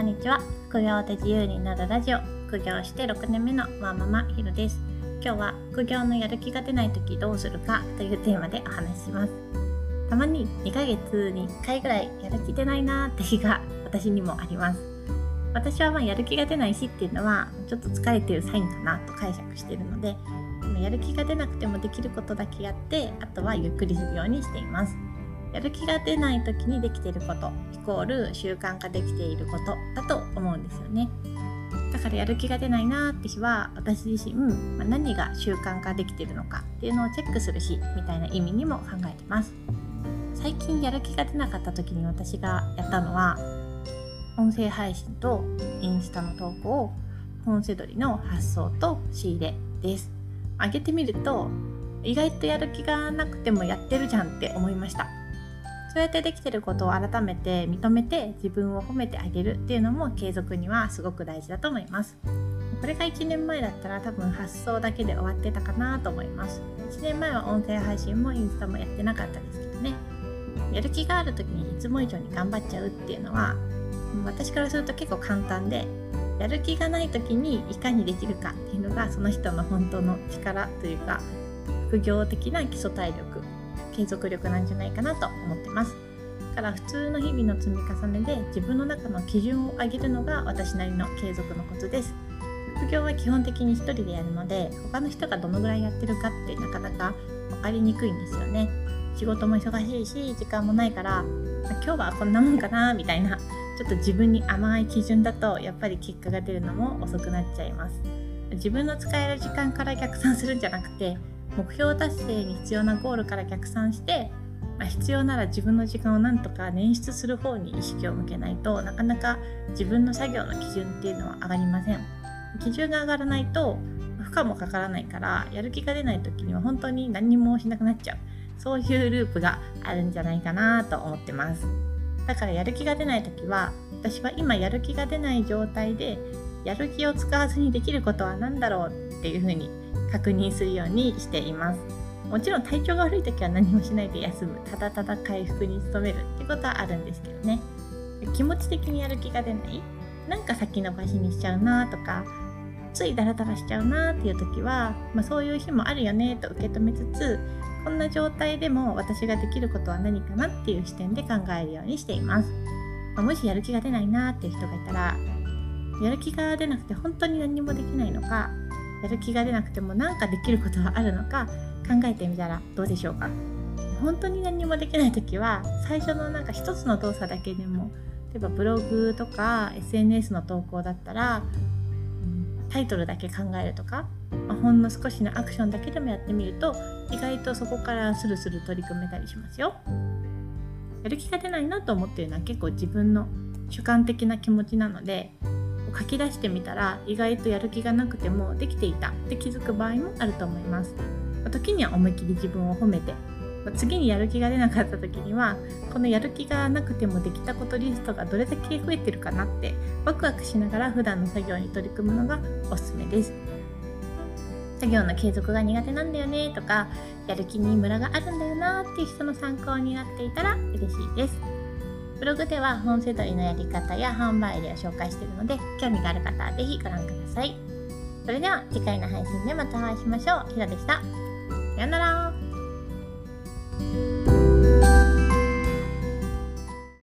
んにちは。副業で自由になるラジオ、副業して6年目のワーママひろです。今日は副業のやる気が出ない時どうするかというテーマでお話しします。たまに2ヶ月に1回ぐらいやる気出ないなーって日が私にもあります。私はやる気が出ない日っていうのはちょっと疲れてるサインかなと解釈しているので、やる気が出なくてもできることだけやって、あとはゆっくりするようにしています。やる気が出ない時にできていることイコール習慣化できていることだと思うんですよね。だからやる気が出ないなって日は私自身、何が習慣化できているのかっていうのをチェックする日みたいな意味にも考えてます。最近やる気が出なかった時に私がやったのは、音声配信とインスタの投稿、本セドリの発送と仕入れです。上げてみると意外とやる気がなくてもやってるじゃんって思いました。そうやってできてることを改めて認めて自分を褒めてあげるっていうのも継続にはすごく大事だと思います。これが1年前だったら多分発送だけで終わってたかなと思います。1年前は音声配信もインスタもやってなかったですけどね。やる気がある時にいつも以上に頑張っちゃうっていうのは私からすると結構簡単で、やる気がない時にいかにできるかっていうのがその人の本当の力というか副業的な基礎体力、継続力なんじゃないかなと思ってます。だから普通の日々の積み重ねで自分の中の基準を上げるのが私なりの継続のコツです。副業は基本的に一人でやるので、他の人がどのぐらいやってるかってなかなか分かりにくいんですよね。仕事も忙しいし時間もないから、今日はこんなもんかなみたいな、ちょっと自分に甘い基準だとやっぱり結果が出るのも遅くなっちゃいます。自分の使える時間から逆算するんじゃなくて、目標達成に必要なゴールから逆算して、必要なら自分の時間をなんとか捻出する方に意識を向けないとなかなか自分の作業の基準っていうのは上がりません。基準が上がらないと負荷もかからないから、やる気が出ない時には本当に何もしなくなっちゃう、そういうループがあるんじゃないかなと思ってます。だからやる気が出ない時は、私は今やる気が出ない状態でやる気を使わずにできることは何だろうっていうふうに確認するようにしています。もちろん体調が悪い時は何もしないで休む、ただただ回復に努めるってことはあるんですけどね。気持ち的にやる気が出ない、なんか先延ばしにしちゃうなとか、ついダラダラしちゃうなっていう時は、そういう日もあるよねと受け止めつつ、こんな状態でも私ができることは何かなっていう視点で考えるようにしています。もしやる気が出ないなっていう人がいたら、やる気が出なくて本当に何もできないのか、やる気が出なくても何かできることはあるのか考えてみたらどうでしょうか。本当に何もできない時は、最初の一つの動作だけでも、例えばブログとか SNS の投稿だったら、タイトルだけ考えるとか、ほんの少しのアクションだけでもやってみると、意外とそこからスルスル取り組めたりしますよ。やる気が出ないなと思っているのは結構自分の主観的な気持ちなので、書き出してみたら意外とやる気がなくてもできていたって気づく場合もあると思います。時には思い切り自分を褒めて、次にやる気が出なかった時には、このやる気がなくてもできたことリストがどれだけ増えてるかなってワクワクしながら普段の作業に取り組むのがおすすめです。作業の継続が苦手なんだよねとか、やる気にムラがあるんだよなっていう人の参考になっていたら嬉しいです。ブログでは本セドリのやり方や販売例を紹介しているので、興味がある方はぜひご覧ください。それでは次回の配信でまたお会いしましょう。ひろでした。さよなら。